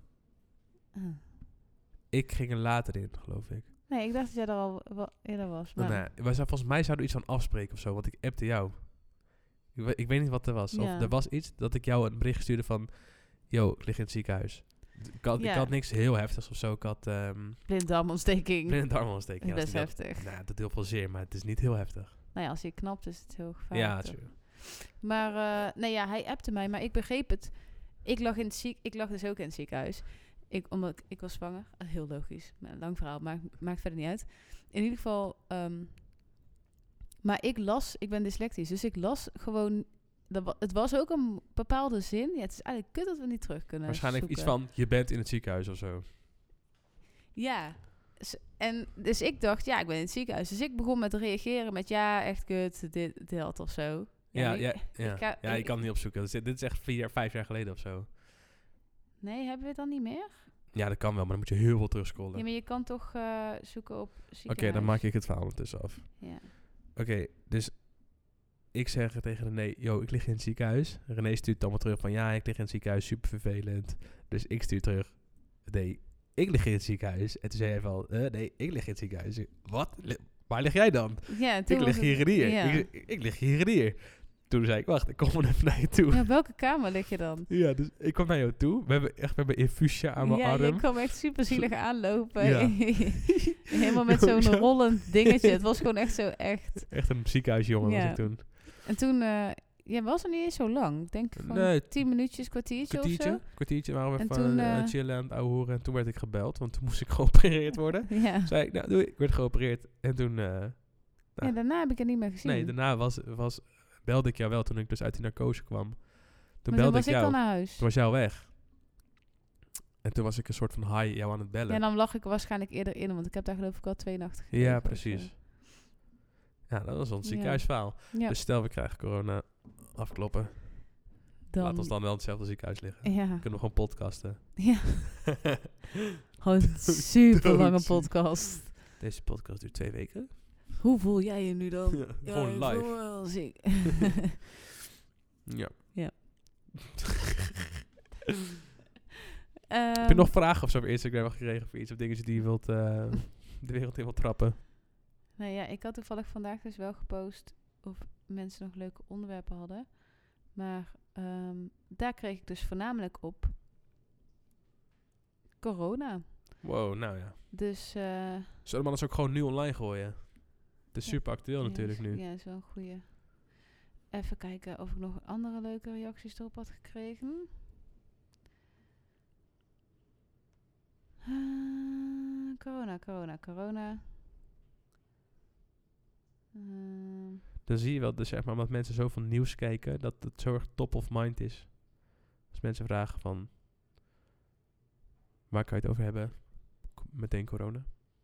Ik ging er later in, geloof ik. Nee, ik dacht dat jij er al wel eerder was. Maar Volgens mij zouden we iets van afspreken of zo, want ik appte jou. Ik weet niet wat er was. Ja. Of er was iets dat ik jou een bericht stuurde van... Yo, ik lig in het ziekenhuis. Ik had niks heel heftigs of zo. Ik had... blinddarmontsteking. blinddarmontsteking. Best Ja, heftig. Nou, dat heel veel zeer, maar het is niet heel heftig. Nou ja, als je knapt is het heel gevaarlijk. Ja, toch? true. Maar hij appte mij, maar ik begreep het. Ik lag dus ook in het ziekenhuis. Omdat ik was zwanger. Heel logisch. Een lang verhaal, maakt verder niet uit. In ieder geval... maar ik ben dyslectisch, dus ik las gewoon... Het was ook een bepaalde zin. Ja, het is eigenlijk kut dat we niet terug kunnen Waarschijnlijk zoeken. iets van, je bent in het ziekenhuis of zo. Ja. En dus ik dacht, ja, ik ben in het ziekenhuis. Dus ik begon met reageren met, ja, echt kut, dit of zo. Ja, ik je kan het niet opzoeken. Dit is echt 5 jaar geleden of zo. Nee, hebben we het dan niet meer? Ja, dat kan wel, maar dan moet je heel veel terugscrollen. Ja, maar je kan toch zoeken op ziekenhuis. Oké, dan maak ik het verhaal ondertussen af. Ja. Oké, dus ik zeg tegen René, yo, ik lig in het ziekenhuis. René stuurt allemaal terug van, ja, ik lig in het ziekenhuis, super vervelend. Dus ik stuur terug, nee, ik lig in het ziekenhuis. En toen zei hij van, nee, ik lig in het ziekenhuis. Wat? Waar lig jij dan? Ja, Ik lig hier en hier. Ja. Ik lig hier en hier. Toen zei ik, wacht, ik kom er even naar je toe. Ja, welke kamer lig je dan? Ja, dus ik kwam naar jou toe. We hebben infusia aan mijn arm. Ja, je kwam echt super zielig aanlopen. Ja. Helemaal met zo'n rollend dingetje. Het was gewoon echt zo echt. Echt een ziekenhuisjongen was Ja. ik toen. En toen Je was er niet eens zo lang. Ik denk gewoon Nee, 10 minuutjes, kwartiertje of zo. kwartiertje waren we En van toen, chillen aan het ouwe horen. En toen werd ik gebeld, want toen moest ik geopereerd worden. Ja. Zei ik, nou doei, ik werd geopereerd. En toen, Ja, daarna heb ik het niet meer gezien. nee, daarna belde ik jou wel toen ik dus uit die narcose kwam. Toen Maar belde was ik jou. al naar huis. Toen was jou weg. En toen was ik een soort van high jou aan het bellen. Ja, dan lag ik waarschijnlijk eerder in, want ik heb daar geloof ik al 2 nachten gelegen. Ja, of precies. zo. Ja, dat was ons Ja. ziekenhuisverhaal. Ja, Dus stel we krijgen corona, afkloppen. dan... Laat ons dan wel in hetzelfde ziekenhuis liggen. Ja. Kunnen we gewoon podcasten. Ja. Gewoon een super lange Doodziek. podcast. Deze podcast duurt 2 weken. Hoe voel jij je nu dan? Ja, gewoon ik live. voel me wel ziek. Ja. Ja. Heb je nog vragen of zo op Instagram gekregen voor iets of dingen die je wilt de wereld in wilt trappen? Nou ja, ik had toevallig vandaag dus wel gepost of mensen nog leuke onderwerpen hadden. Maar daar kreeg ik dus voornamelijk op corona. Wow, nou ja. Dus... Zullen we maar eens ook gewoon nu online gooien? Het is Ja. super actueel natuurlijk nu. Ja, is wel een goeie. Even kijken of ik nog andere leuke reacties erop had gekregen. Corona. Dan zie je wel, dus zeg maar, omdat mensen zoveel nieuws kijken, dat het zo erg top of mind is. Als mensen vragen van, waar kan je het over hebben? Meteen corona.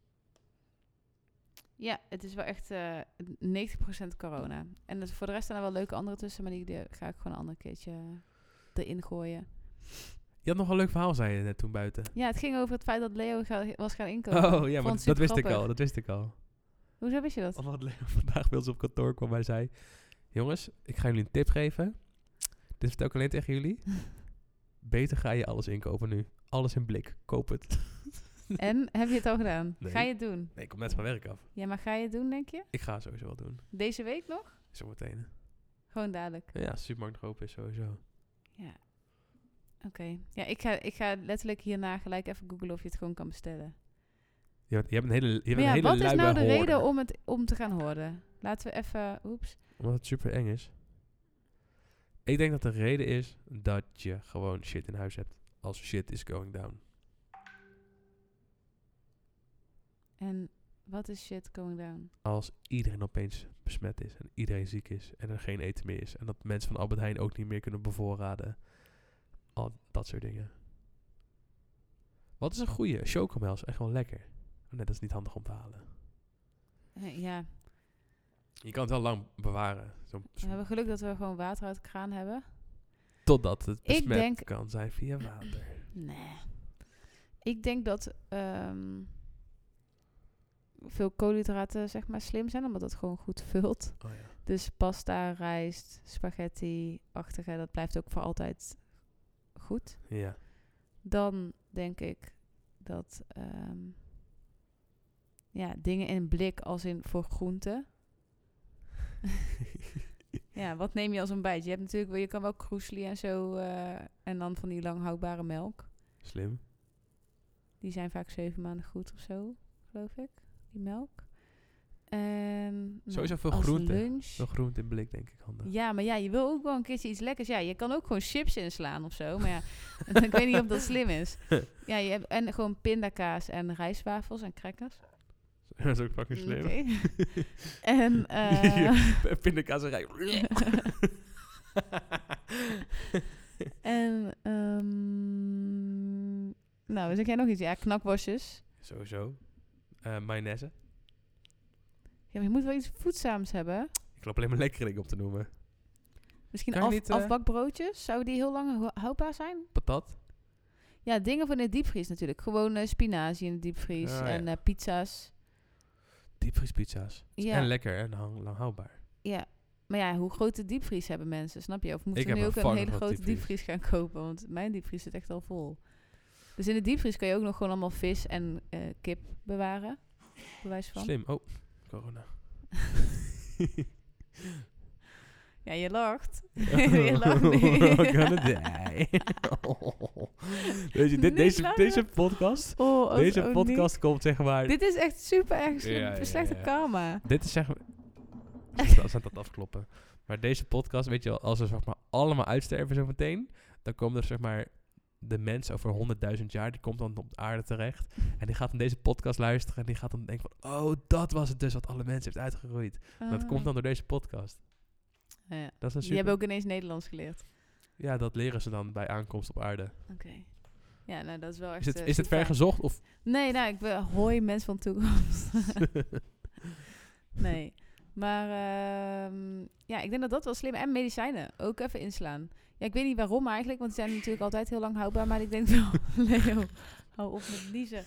Ja, het is wel echt 90% corona. En voor de rest staan er wel leuke andere tussen, maar die ga ik gewoon een ander keertje erin gooien. Je had nog een leuk verhaal, zei je net toen buiten. Ja, het ging over het feit dat Leo was gaan inkomen. Oh ja, maar Vond het dat wist ik supergrappig. al. Dat wist ik al. Hoezo wist je dat? Omdat Leo vandaag bij ons op kantoor kwam en zei, jongens, ik ga jullie een tip geven. Dit vertel ik alleen tegen jullie. Beter ga je alles inkopen nu. Alles in blik. Koop het. En, heb je het al gedaan? Nee. Ga je het doen? Nee, ik kom net van werk af. Ja, maar ga je het doen, denk je? Ik ga het sowieso wel doen. Deze week nog? Zometeen. Gewoon dadelijk. Ja, als de supermarkt nog open is sowieso. Ja. Oké. Ja, ik ga letterlijk hierna gelijk even googlen of je het gewoon kan bestellen. Je hebt een hele Maar ja, hele wat is lui nou bij de hoorden. reden om te gaan hoorden? Laten we even... Oeps. Omdat het super eng is. Ik denk dat de reden is dat je gewoon shit in huis hebt. Als shit is going down. En wat is shit going down? Als iedereen opeens besmet is en iedereen ziek is en er geen eten meer is. En dat mensen van Albert Heijn ook niet meer kunnen bevoorraden. Al dat soort dingen. Wat is een goeie? Chocomel is echt wel lekker. Oh, nee, dat is niet handig om te halen. Ja, Je kan het wel lang bewaren. we hebben geluk dat we gewoon water uit de kraan hebben. Totdat het Ik besmet denk- kan zijn via water. Nee. Ik denk dat veel koolhydraten zeg maar slim zijn, omdat het gewoon goed vult. Oh ja. Dus pasta, rijst, spaghetti-achtige, dat blijft ook voor altijd goed. Ja. Dan denk ik dat dingen in blik als in voor groenten. Ja, wat neem je als ontbijt? Je hebt natuurlijk wel, je kan wel kroesli en zo en dan van die lang houdbare melk. Slim. Die zijn vaak 7 maanden goed of zo, geloof ik, die melk. En Sowieso veel als groente. lunch. Veel groente in blik, denk ik, handig. Ja, maar ja, je wil ook wel een keertje iets lekkers. Ja, je kan ook gewoon chips inslaan of zo. Maar ja, ik weet niet of dat slim is. Ja, je hebt en gewoon pindakaas en rijstwafels en crackers. Dat is ook fucking slim. Oké. En Pindakaas en rij. en nou, zeg jij nog iets? Ja, knakworstjes. Sowieso. Mayonaise. Ja, maar je moet wel iets voedzaams hebben. Ik loop alleen maar lekkere dingen op te noemen. Misschien Kan je niet, afbakbroodjes. Zouden die heel lang houdbaar zijn? Patat. Ja, dingen van in de diepvries natuurlijk. Gewoon spinazie in de diepvries Oh, ja. en pizza's. Diepvriespizza's. Ja. En lekker en lang houdbaar. Ja, maar ja, hoe groot de diepvries hebben mensen, snap je? Of moeten Ik we nu heb ook een een fucking hele grote grote diepvries gaan kopen? Want mijn diepvries zit echt al vol. Dus in de diepvries kan je ook nog gewoon allemaal vis en kip bewaren. Bewijs van. Slim. Oh, corona. Ja, je lacht. Je lacht nu. I'm gonna die. Niet lachen. Deze podcast... Oh, als Deze ook podcast niet. komt zeg maar... Dit is echt super erg Ja, ja, slechte ja. karma. Dit is zeg maar... Als aan het afkloppen. Maar deze podcast, weet je wel, als we zeg maar allemaal uitsterven zo meteen, dan komen er zeg maar de mens over 100.000 jaar, die komt dan op de aarde terecht. En die gaat dan deze podcast luisteren en die gaat dan denken van, oh, dat was het dus wat alle mensen heeft uitgegroeid. Dat komt dan door deze podcast. Ja. Dat is een Die hebben ook ineens Nederlands geleerd. Ja, dat leren ze dan bij aankomst op aarde. Oké. Ja, nou dat is wel echt... Is het ver gezocht? Of? Nee, nou, ik ben hoi mens van toekomst. Nee. Maar ja, ik denk dat dat wel slim. En medicijnen, ook even inslaan. Ja, ik weet niet waarom eigenlijk, want die zijn natuurlijk altijd heel lang houdbaar. Maar ik denk wel, Leo, hou op met niezen.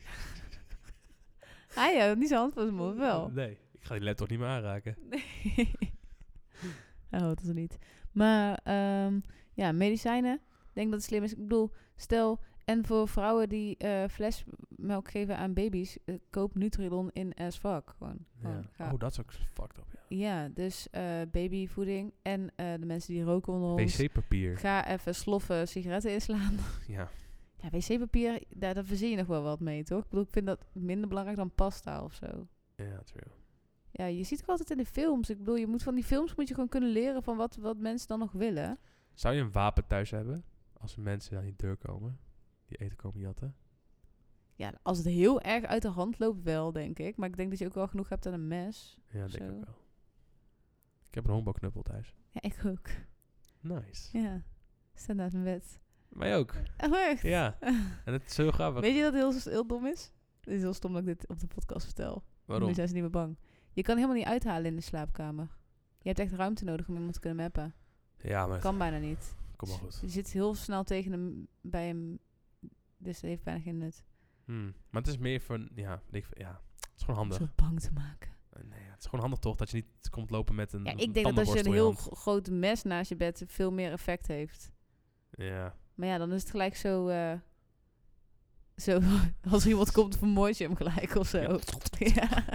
Ja, niet zijn hand van zijn mond, wel. Nee, ik ga die laptop niet meer aanraken. Nee. Hij houdt het er niet. Maar ja, medicijnen, ik denk dat het slim is. Ik bedoel, stel, en voor vrouwen die flesmelk geven aan baby's, koop Nutrilon in as fuck. Gewoon Ja. Oh, dat is ook fucked up, ja. Ja, dus babyvoeding en de mensen die roken onder ons. Wc-papier. Ga even sloffen sigaretten inslaan. Ja. Ja, wc-papier, daar verzin je nog wel wat mee, toch? Ik bedoel, ik vind dat minder belangrijk dan pasta of zo. Ja, true. Ja, je ziet het altijd in de films. Ik bedoel, je moet van die films moet je gewoon kunnen leren van wat mensen dan nog willen. Zou je een wapen thuis hebben? Als er mensen aan die deur komen, die eten komen jatten? Ja, als het heel erg uit de hand loopt wel, denk ik. Maar ik denk dat je ook wel genoeg hebt aan een mes. Ja, denk Zo. ik wel. Ik heb een honkbalknuppel thuis. Ja, ik ook. Nice. Ja, staat naast mijn bed. Mij ook. Oh, echt? Ja. En het is heel grappig. Weet je dat het heel dom is? Het is heel stom dat ik dit op de podcast vertel. Waarom? Nu zijn ze niet meer bang. Je kan helemaal niet uithalen in de slaapkamer. Je hebt echt ruimte nodig om iemand te kunnen mappen. Ja, maar... Kan bijna niet. Kom maar goed. Je zit heel snel tegen hem, bij hem. Dus dat heeft bijna geen nut. Maar het is meer van... Ja, het is gewoon handig. Om zo bang te maken. Nee, ja, het is gewoon handig toch dat je niet komt lopen met een Ja, ik denk dat als je een tandenborstel heel groot mes naast je bed veel meer effect heeft. in je hand. Ja. Maar ja, dan is het gelijk zo... zo als er iemand komt, vermoord je hem gelijk of zo. Ja.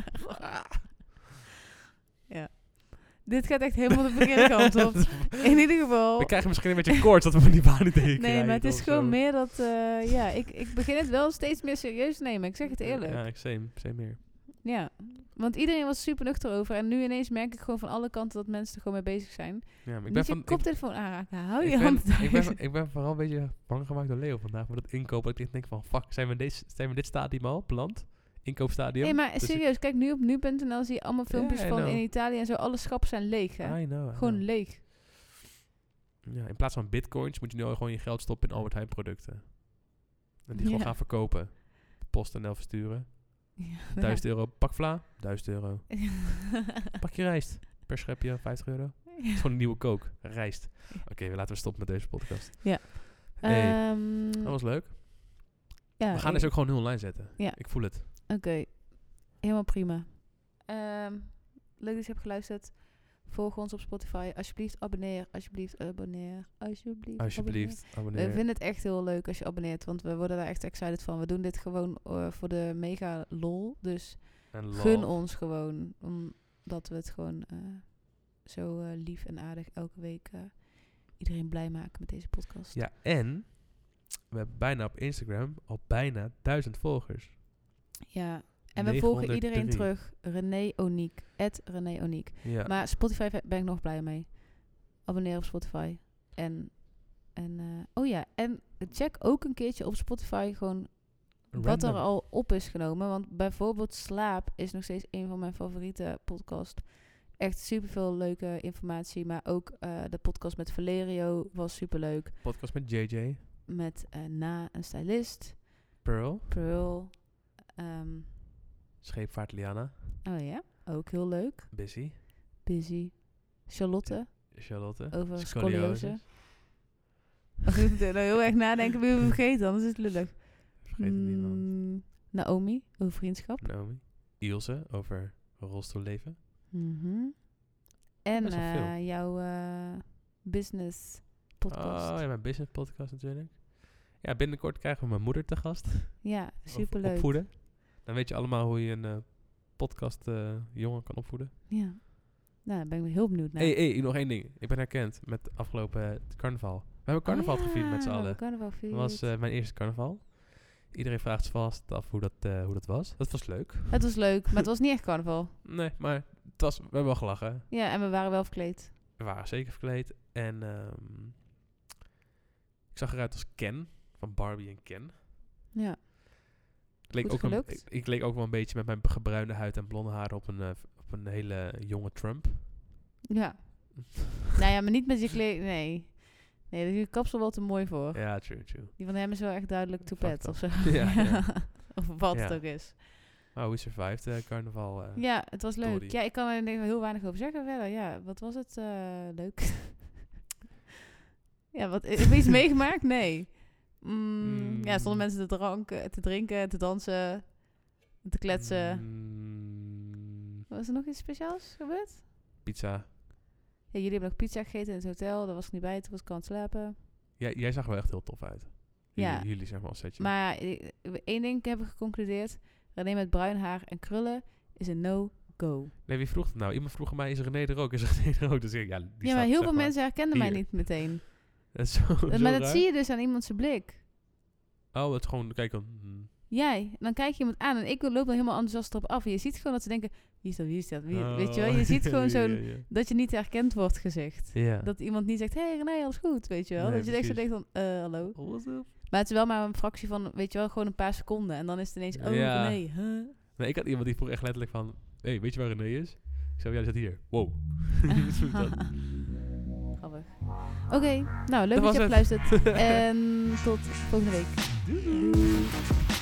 Ja. Dit gaat echt helemaal de verkeerde kant op. In ieder geval... We krijgen misschien een beetje koorts dat we van die baan niet tegen Nee, maar het is of gewoon zo. meer dat... ja, ik begin het wel steeds meer serieus te nemen. Ik zeg het eerlijk. Ja, same meer. Ja, want iedereen was super nuchter over. En nu ineens merk ik gewoon van alle kanten dat mensen er gewoon mee bezig zijn. Ja, maar ik Niet ben je van... koptelefoon aanraken. Hou je ik hand thuis. ik ben vooral een beetje bang gemaakt door Leo vandaag. Met dat inkopen. Dat ik denk van, fuck, zijn we in dit stadium al beland? Inkoopstadium? Nee, maar Dus serieus. Kijk, nu op nu.nl zie je allemaal filmpjes I van know. in Italië en zo. Alle schappen zijn leeg, hè? I know. Gewoon leeg. Ja, in plaats van bitcoins moet je nu al gewoon je geld stoppen in Albert Heijn producten. En die gewoon Ja. gaan verkopen. PostNL versturen. Ja. 1000 euro. Pak vla. 1000 euro. Pak je rijst. Per schepje 50 euro. Het is gewoon een nieuwe kook. Rijst. Oké, laten we stoppen met deze podcast. Ja. Hey, dat was leuk. Ja, We gaan dus ook gewoon nu online zetten. Ja. Ik voel het. Oké. Helemaal prima. Leuk dat je hebt geluisterd. Volg ons op Spotify. Alsjeblieft, abonneer. Alsjeblieft, abonneer. Alsjeblieft, We abonneer. vinden het echt heel leuk als je abonneert, want we worden daar echt excited van. We doen dit gewoon voor de mega lol. Dus En love. gun ons gewoon, omdat we het gewoon zo lief en aardig elke week iedereen blij maken met deze podcast. Ja, en we hebben bijna op Instagram al bijna 1000 volgers. Ja, en we volgen 903. iedereen terug. René Oniek, @René Oniek. Ja. Maar Spotify ben ik nog blij mee. Abonneer op Spotify. En oh ja, en check ook een keertje op Spotify gewoon wat er al op is genomen. Want bijvoorbeeld Slaap is nog steeds een van mijn favoriete podcasts. Echt superveel leuke informatie. Maar ook de podcast met Valerio was superleuk. Podcast met JJ. Met Na, een stylist. Pearl. Pearl. Scheepvaart Liana. Oh ja, ook heel leuk. Busy. Busy. Charlotte. Charlotte. Over Scoliosis. scoliose. Als ik moet nou heel erg nadenken, wie we vergeten, anders is het lullig. Vergeet het niemand. Naomi, over vriendschap. Naomi. Ilse over rolstoelleven. En Best wel veel. jouw business podcast. Oh ja, mijn business podcast natuurlijk. Ja, binnenkort krijgen we mijn moeder te gast. Ja, superleuk. Opvoeden. Dan weet je allemaal hoe je een podcast jongen kan opvoeden. Ja. Nou, daar ben ik heel benieuwd naar. Hey, nog één ding. Ik ben herkend met afgelopen carnaval. We hebben carnaval gevierd met z'n allen. Carnaval Dat was mijn eerste carnaval. Iedereen vraagt zich vast af hoe dat was. Dat was leuk. Het was leuk, maar het was niet echt carnaval. Nee, maar we hebben wel gelachen. Ja, en we waren wel verkleed. We waren zeker verkleed. En ik zag eruit als Ken. Van Barbie en Ken. Ja. Ik leek ook wel een beetje met mijn gebruinde huid en blonde haren op een hele jonge Trump. Ja. Nou ja, maar niet met je kleding. Nee, daar is je kapsel wel te mooi voor. Ja, true. Die van hem is wel echt duidelijk toepet of zo. Ja. Of wat het ook is. Oh, we survived carnaval. Ja, het was leuk. story. Ja, ik kan er heel weinig over zeggen verder. Ja, wat was het leuk. Ja, heb je iets meegemaakt? Nee. Ja, stonden mensen te drinken, te dansen, te kletsen. Was er nog iets speciaals gebeurd? Pizza. Ja, jullie hebben nog pizza gegeten in het hotel. Daar was ik niet bij, toen was ik aan het slapen. Ja, jij zag er wel echt heel tof uit. Ja. Jullie zeg maar als setje. Maar één ding hebben we geconcludeerd. René met bruin haar en krullen is een no-go. Nee, wie vroeg het nou? Iemand vroeg mij, is René er ook? Is René er ook? Dus ik, ja, die Maar staat, heel veel mensen herkenden mij hier. niet meteen. Dat is zo Maar dat raar. zie je dus aan iemand zijn blik. Oh, het is gewoon, kijk dan. Jij, dan kijk je iemand aan en ik loop dan helemaal enthousiast erop af. En je ziet gewoon dat ze denken, wie is dat? Weet je wel? Je ziet gewoon zo'n, dat je niet herkend wordt gezegd. Ja. Dat iemand niet zegt, hey René, alles goed, weet je wel? Nee, dat je echt zo precies. denkt van, hallo. What's up? Maar het is wel maar een fractie van, weet je wel, gewoon een paar seconden. En dan is het ineens, oh Ja. René, huh? Nee, ik had iemand die vroeg echt letterlijk van, hey, weet je waar René is? Ik zei, ja, die staat hier. Wow. Dat. Grappig. Oké, nou leuk Dat dat je was hebt geluisterd. En tot volgende week. Doei.